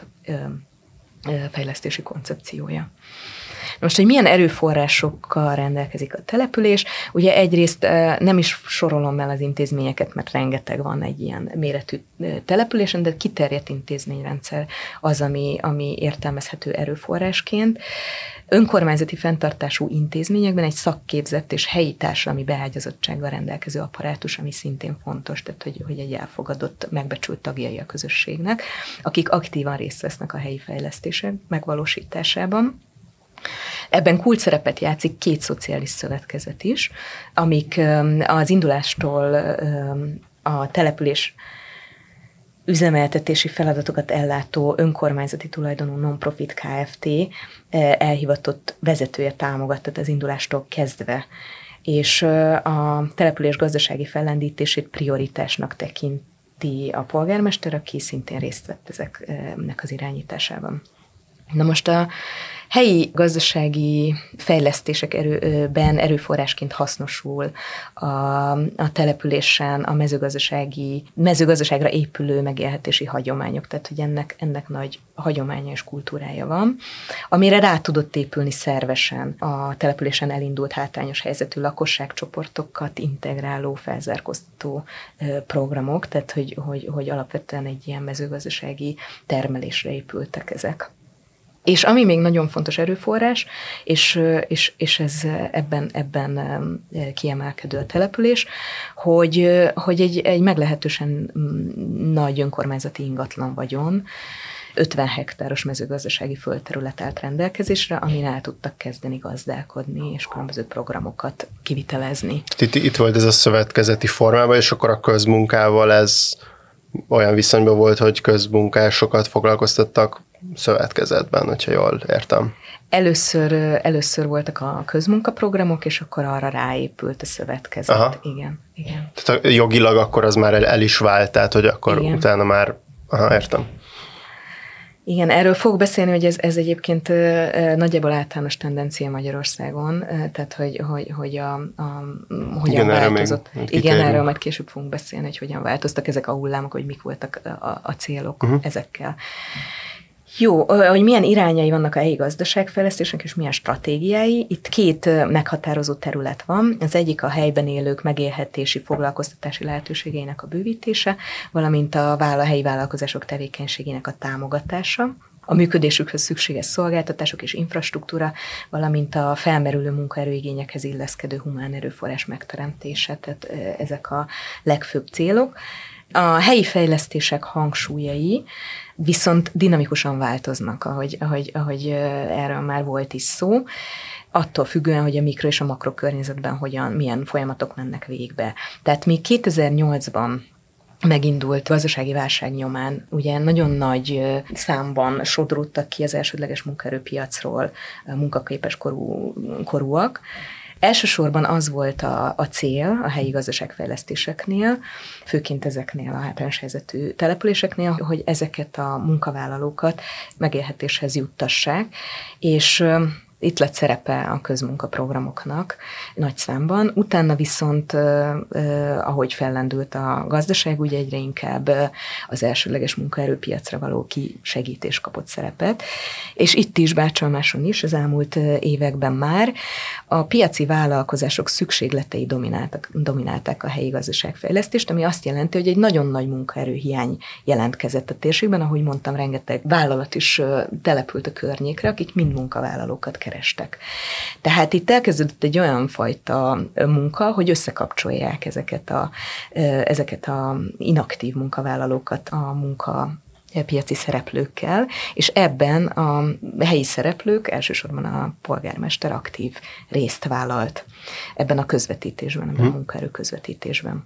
fejlesztési koncepciója. Most, hogy milyen erőforrásokkal rendelkezik a település, ugye egyrészt nem is sorolom el az intézményeket, mert rengeteg van egy ilyen méretű településen, de kiterjedt intézményrendszer az, ami értelmezhető erőforrásként. Önkormányzati fenntartású intézményekben egy szakképzett és helyi társadalmi beágyazottsággal rendelkező apparátus, ami szintén fontos, tehát hogy egy elfogadott, megbecsült tagjai a közösségnek, akik aktívan részt vesznek a helyi fejlesztések megvalósításában. Ebben kulcsszerepet játszik 2 szociális szövetkezet is, amik az indulástól a település üzemeltetési feladatokat ellátó önkormányzati tulajdonú non-profit Kft. Elhivatott vezetője támogatta az indulástól kezdve és a település gazdasági fellendítését prioritásnak tekinti a polgármester, aki szintén részt vett ezeknek az irányításában. Na most a helyi gazdasági fejlesztésekben erőforrásként hasznosul a településen a mezőgazdaságra épülő megélhetési hagyományok, tehát hogy ennek nagy hagyománya és kultúrája van, amire rá tudott épülni szervesen a településen elindult hátrányos helyzetű lakosságcsoportokat integráló, felzárkóztató programok, tehát hogy alapvetően egy ilyen mezőgazdasági termelésre épültek ezek. És ami még nagyon fontos erőforrás, és ez ebben kiemelkedő a település, hogy egy meglehetősen nagy önkormányzati ingatlan vagyon, 50 hektáros mezőgazdasági földterület állt rendelkezésre, amin el tudtak kezdeni gazdálkodni, és különböző programokat kivitelezni. Itt volt ez a szövetkezeti formában, és akkor a közmunkával ez olyan viszonyban volt, hogy közmunkásokat foglalkoztattak szövetkezetben, hogyha jól értem. Először voltak a közmunkaprogramok, és akkor arra ráépült a szövetkezet. Aha. Igen. Tehát jogilag akkor az már el is vált, tehát hogy akkor igen. Utána már... Aha, értem. Igen, erről fogok beszélni, hogy ez egyébként nagyjából általános tendencia Magyarországon, tehát hogy hogyan változott. Igen, erről majd később fogunk beszélni, hogy hogyan változtak ezek a hullámok, hogy mik voltak a célok ezekkel. Jó, hogy milyen irányai vannak a helyi gazdaságfejlesztésnek, és milyen stratégiái. Itt két meghatározó terület van. Az egyik a helyben élők megélhetési, foglalkoztatási lehetőségeinek a bővítése, valamint a helyi vállalkozások tevékenységének a támogatása, a működésükhöz szükséges szolgáltatások és infrastruktúra, valamint a felmerülő munkaerőigényekhez illeszkedő humán erőforrás megteremtése, tehát ezek a legfőbb célok. A helyi fejlesztések hangsúlyai viszont dinamikusan változnak, ahogy erről már volt is szó, attól függően, hogy a mikro és a makro környezetben milyen folyamatok mennek végbe. Tehát még 2008-ban megindult gazdasági válság nyomán, ugye nagyon nagy számban sodródtak ki az elsődleges munkaerőpiacról munkaképes korúak. Elsősorban az volt a cél a helyi gazdaságfejlesztéseknél, főként ezeknél a hátrányos helyzetű településeknél, hogy ezeket a munkavállalókat megélhetéshez juttassák, és itt lett szerepe a közmunkaprogramoknak nagy számban. Utána viszont, ahogy fellendült a gazdaság, ugye egyre inkább az elsődleges munkaerőpiacra való kisegítés kapott szerepet. És itt is, Bácsalmáson is, az elmúlt években már a piaci vállalkozások szükségletei dominálták a helyi gazdaságfejlesztést, ami azt jelenti, hogy egy nagyon nagy munkaerőhiány jelentkezett a térségben, ahogy mondtam, rengeteg vállalat is települt a környékre, akik mind munkavállalókat kerestek. Tehát itt elkezdődött egy olyan fajta munka, hogy összekapcsolják ezeket a inaktív munkavállalókat a munkapiaci szereplőkkel, és ebben a helyi szereplők, elsősorban a polgármester aktív részt vállalt ebben a közvetítésben, ebben a munkaerő közvetítésben.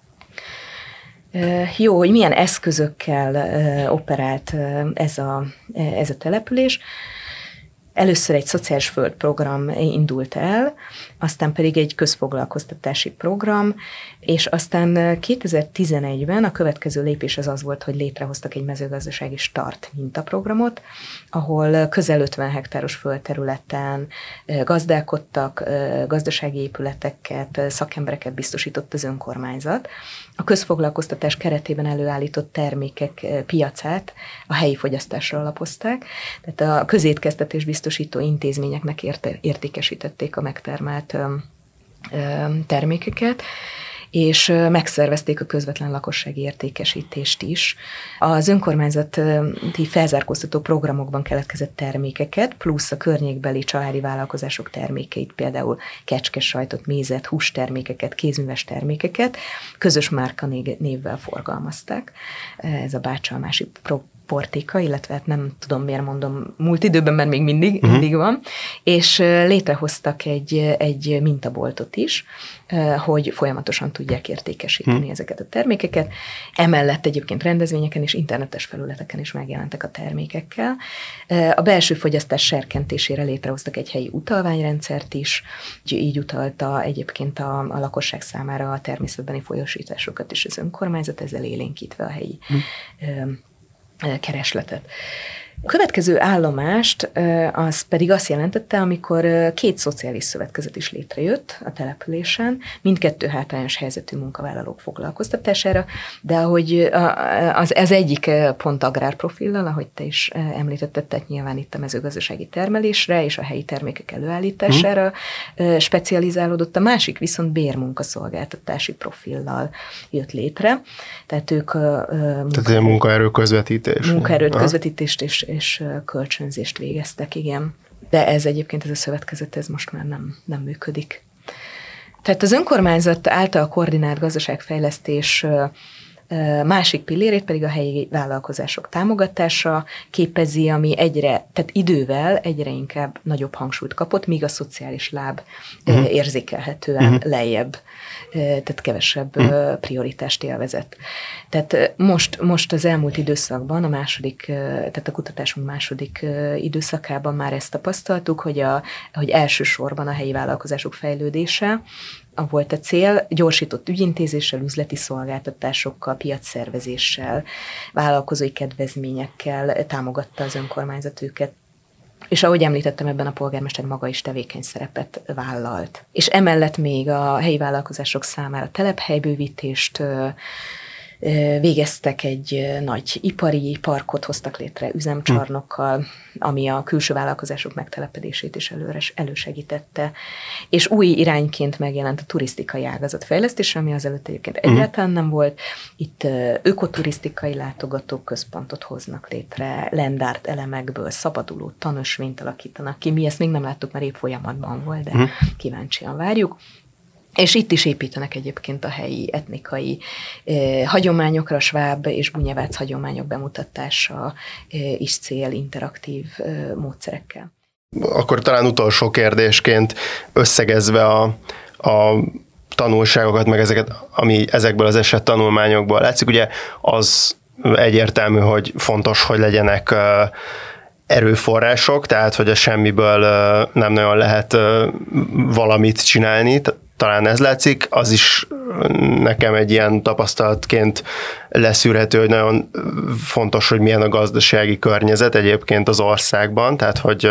Jó, hogy milyen eszközökkel operált ez a település. Először egy szociális földprogram indult el, aztán pedig egy közfoglalkoztatási program, és aztán 2011-ben a következő lépés az volt, hogy létrehoztak egy mezőgazdasági start mintaprogramot, ahol közel 50 hektáros földterületen gazdálkodtak, gazdasági épületeket, szakembereket biztosított az önkormányzat. A közfoglalkoztatás keretében előállított termékek piacát a helyi fogyasztásra alapozták, tehát a közétkeztetés biztosító intézményeknek értékesítették a megtermelt termékeket, és megszervezték a közvetlen lakossági értékesítést is. Az önkormányzati felzárkóztató programokban keletkezett termékeket, plusz a környékbeli családi vállalkozások termékeit, például kecskesajtot, mézet, hústermékeket, kézműves termékeket közös márkanévvel forgalmazták. Ez a bácsalmási portéka, illetve hát nem tudom miért mondom múlt időben, mert még mindig van, és létrehoztak egy mintaboltot is, hogy folyamatosan tudják értékesíteni ezeket a termékeket. Emellett egyébként rendezvényeken és internetes felületeken is megjelentek a termékekkel. A belső fogyasztás serkentésére létrehoztak egy helyi utalványrendszert is, így utalta egyébként a lakosság számára a természetbeni folyósításokat is az önkormányzat, ezzel élénkítve a helyi keresletet. A következő állomást az pedig azt jelentette, amikor 2 szociális szövetkezet is létrejött a településen, mindkettő hátrányos helyzetű munkavállalók foglalkoztatására, de ahogy az egyik pont agrárprofillal, ahogy te is említetted, tehát nyilván itt a mezőgazdasági termelésre és a helyi termékek előállítására specializálódott, a másik viszont bérmunkaszolgáltatási profillal jött létre. Tehát ők tehát munkaerő közvetítés. Munkaerőt közvetítést és kölcsönzést végeztek, igen. De ez egyébként, ez a szövetkezet, ez most már nem működik. Tehát az önkormányzat által koordinált gazdaságfejlesztés másik pillérét pedig a helyi vállalkozások támogatása képezi, ami tehát idővel egyre inkább nagyobb hangsúlyt kapott, míg a szociális láb érzékelhetően lejjebb, tehát kevesebb prioritást élvezett. Tehát most az elmúlt időszakban, tehát a kutatásunk második időszakában már ezt tapasztaltuk, hogy elsősorban a helyi vállalkozások fejlődése volt a cél, gyorsított ügyintézéssel, üzleti szolgáltatásokkal, piacszervezéssel, vállalkozói kedvezményekkel támogatta az önkormányzat őket. És ahogy említettem, ebben a polgármester maga is tevékeny szerepet vállalt. És emellett még a helyi vállalkozások számára telephelybővítést végeztek, egy nagy ipari parkot hoztak létre üzemcsarnokkal, ami a külső vállalkozások megtelepedését is elősegítette. És új irányként megjelent a turisztikai ágazat fejlesztése, ami azelőtt egyébként egyáltalán nem volt. Itt ökoturisztikai látogatóközpontot hoznak létre, lendárt elemekből szabaduló tanösvényt alakítanak ki. Mi ezt még nem láttuk, mert épp folyamatban volt, de kíváncsian várjuk. És itt is építenek egyébként a helyi etnikai hagyományokra, sváb és bunyevác hagyományok bemutatása is cél interaktív módszerekkel. Akkor talán utolsó kérdésként összegezve a tanulságokat, meg ezeket, ami ezekből az eset tanulmányokból látszik, ugye az egyértelmű, hogy fontos, hogy legyenek erőforrások, tehát hogy a semmiből nem nagyon lehet valamit csinálni, talán ez látszik, az is nekem egy ilyen tapasztalatként leszűrhető, hogy nagyon fontos, hogy milyen a gazdasági környezet egyébként az országban, tehát hogy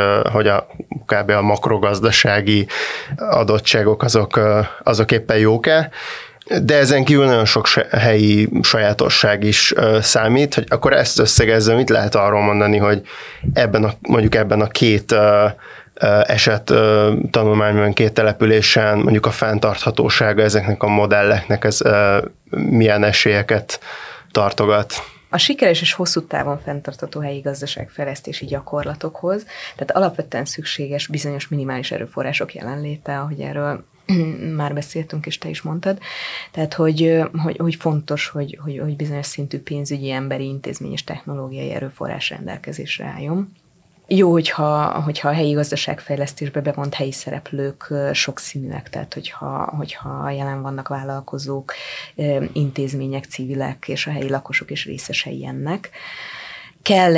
kb. A makrogazdasági adottságok azok éppen jók-e, de ezen kívül nagyon sok helyi sajátosság is számít, hogy akkor ezt összegezve mit lehet arról mondani, hogy mondjuk ebben a 2 eset tanulmányban, 2 településen mondjuk a fenntarthatósága ezeknek a modelleknek ez milyen esélyeket tartogat? A sikeres és hosszú távon fenntartható helyi gazdaságfejlesztési gyakorlatokhoz, tehát alapvetően szükséges bizonyos minimális erőforrások jelenléte, ahogy erről már beszéltünk, és te is mondtad. Tehát, hogy fontos, hogy bizonyos szintű pénzügyi, emberi, intézmény és technológiai erőforrás rendelkezésre álljon. Jó, hogyha a helyi gazdaságfejlesztésbe bevont helyi szereplők sokszínűek, tehát hogyha jelen vannak vállalkozók, intézmények, civilek, és a helyi lakosok is részesei ennek. Kell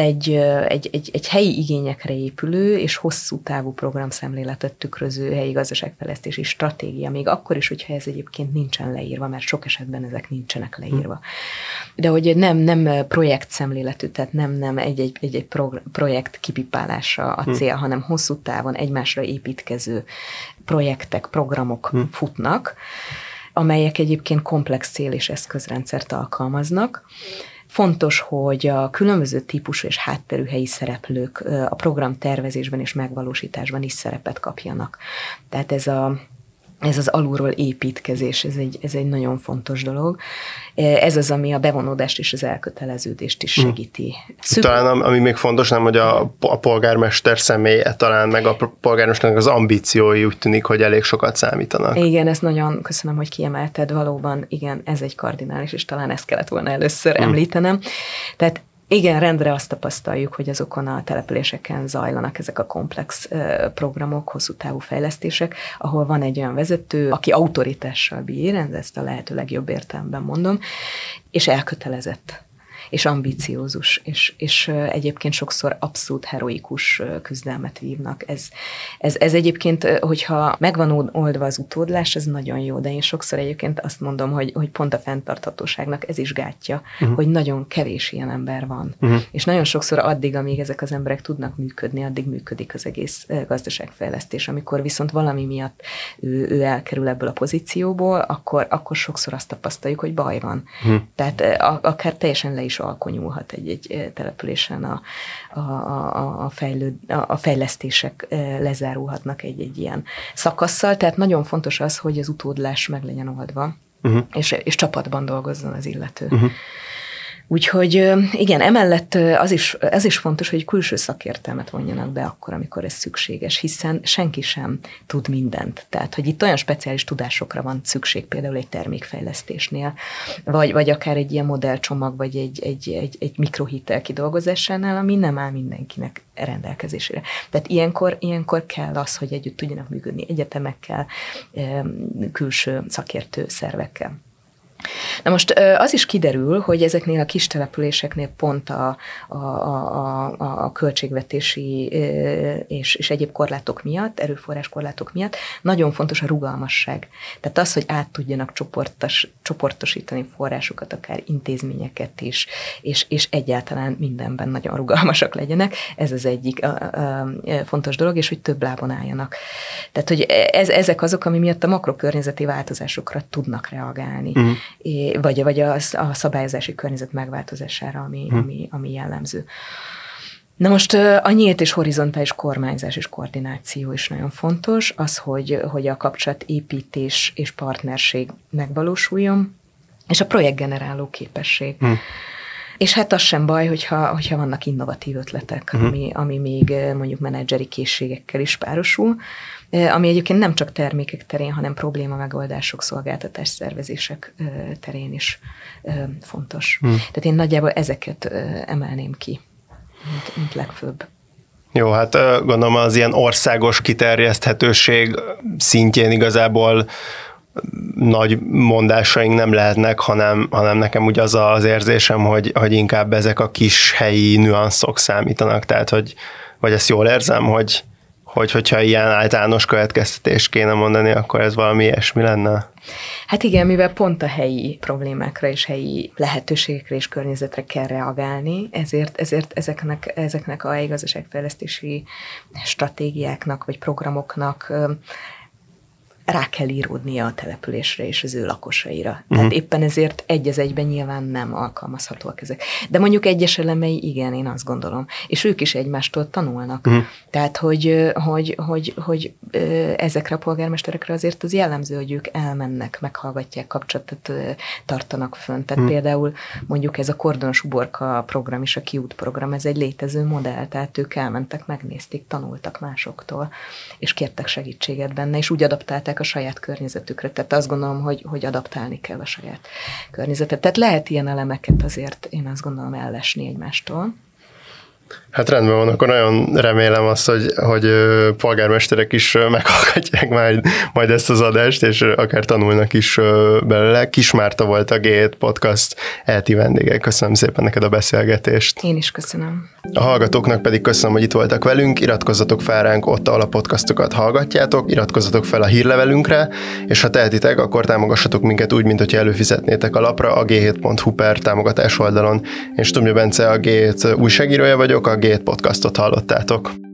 egy helyi igényekre épülő és hosszú távú programszemléletet tükröző helyi gazdaságfejlesztési stratégia, még akkor is, hogyha ez egyébként nincsen leírva, mert sok esetben ezek nincsenek leírva. De hogy nem projektszemléletű, tehát nem egy projekt kipipálása a cél, hanem hosszú távon egymásra építkező projektek, programok futnak, amelyek egyébként komplex cél- és eszközrendszert alkalmaznak. Fontos, hogy a különböző típusú és hátterű helyi szereplők a program tervezésben és megvalósításban is szerepet kapjanak. Tehát ez az alulról építkezés, ez egy nagyon fontos dolog. Ez az, ami a bevonódást és az elköteleződést is segíti. Talán ami még fontos, nem, hogy a polgármester személye talán, meg a polgármesternek az ambíciói úgy tűnik, hogy elég sokat számítanak. Igen, ezt nagyon köszönöm, hogy kiemelted valóban. Igen, ez egy kardinális, és talán ezt kellett volna először említenem. Tehát Igen, rendre azt tapasztaljuk, hogy azokon a településeken zajlanak ezek a komplex programok, hosszú távú fejlesztések, ahol van egy olyan vezető, aki autoritással bír, ezt a lehető legjobb értelemben mondom, és elkötelezett, és ambiciózus, és egyébként sokszor abszolút heroikus küzdelmet vívnak. Ez egyébként, hogyha megvan oldva az utódlás, ez nagyon jó, de én sokszor egyébként azt mondom, hogy pont a fenntarthatóságnak ez is gátja, hogy nagyon kevés ilyen ember van. És nagyon sokszor addig, amíg ezek az emberek tudnak működni, addig működik az egész gazdaságfejlesztés. Amikor viszont valami miatt ő elkerül ebből a pozícióból, akkor sokszor azt tapasztaljuk, hogy baj van. Tehát akár teljesen le is alkonyulhat egy településen a fejlesztések lezárulhatnak egy ilyen szakasszal, tehát nagyon fontos az, hogy az utódlás meg legyen oldva, és csapatban dolgozzon az illető. Úgyhogy igen, emellett az is fontos, hogy külső szakértelmet vonjanak be akkor, amikor ez szükséges, hiszen senki sem tud mindent. Tehát, hogy itt olyan speciális tudásokra van szükség, például egy termékfejlesztésnél, vagy akár egy ilyen modellcsomag, vagy egy mikrohitel kidolgozásánál, ami nem áll mindenkinek rendelkezésére. Tehát ilyenkor kell az, hogy együtt tudjanak működni egyetemekkel, külső szakértő szervekkel. Na most az is kiderül, hogy ezeknél a kis településeknél pont a költségvetési és egyéb korlátok miatt, erőforrás korlátok miatt nagyon fontos a rugalmasság. Tehát az, hogy át tudjanak csoportosítani forrásokat, akár intézményeket is, és egyáltalán mindenben nagyon rugalmasak legyenek, ez az egyik fontos dolog, és hogy több lábon álljanak. Tehát, hogy ezek azok, ami miatt a makrokörnyezeti változásokra tudnak reagálni. Vagy a szabályozási környezet megváltozására, ami jellemző. Na most a nyílt és horizontális kormányzás és koordináció is nagyon fontos, az, hogy a kapcsolatépítés és partnerség megvalósuljon, és a projektgeneráló képesség. És hát az sem baj, hogyha vannak innovatív ötletek, ami még mondjuk menedzseri készségekkel is párosul, ami egyébként nem csak termékek terén, hanem probléma megoldások, szolgáltatás szervezések terén is fontos. Tehát én nagyjából ezeket emelném ki, mint legfőbb. Jó, hát gondolom az ilyen országos kiterjeszthetőség szintjén igazából nagy mondásaink nem lehetnek, hanem nekem úgy az érzésem, hogy inkább ezek a kis helyi nüanszok számítanak, tehát vagy ezt jól érzem, hogyha ilyen általános következtetést kéne mondani, akkor ez valami ilyesmi lenne? Hát igen, mivel pont a helyi problémákra és helyi lehetőségekre és környezetre kell reagálni, ezért ezeknek a helyi gazdaságfejlesztési stratégiáknak vagy programoknak rá kell íródnia a településre és az ő lakosaira. Tehát éppen ezért egy az egyben nyilván nem alkalmazhatóak ezek. De mondjuk egyes elemei igen, én azt gondolom. És ők is egymástól tanulnak. Tehát, hogy ezekre a polgármesterekre azért az jellemző, hogy ők elmennek, meghallgatják, kapcsolatot tartanak fönn. Tehát például mondjuk ez a Kordonos uborka program és a Kiút program, ez egy létező modell, tehát ők elmentek, megnézték, tanultak másoktól, és kértek segítséget benne, és úgy adaptálták a saját környezetükre. Tehát azt gondolom, hogy adaptálni kell a saját környezetet. Tehát lehet ilyen elemeket azért, én azt gondolom, ellesni egymástól. Hát rendben van, akkor nagyon remélem azt, hogy polgármesterek is meghallgatják majd ezt az adást, és akár tanulnak is belőle. Kis Márta volt a G7 Podcast ELTE vendége. Köszönöm szépen neked a beszélgetést. Én is köszönöm. A hallgatóknak pedig köszönöm, hogy itt voltak velünk. Iratkozzatok fel ránk ott, ahol a podcastokat hallgatjátok, iratkozzatok fel a hírlevelünkre, és ha tehetitek, akkor támogassatok minket úgy, mint hogyha előfizetnétek a lapra a g7.hu/támogatás oldalon. Én Stumja Bence, a G7 újságírója vagyok, a G7 Podcastot hallottátok.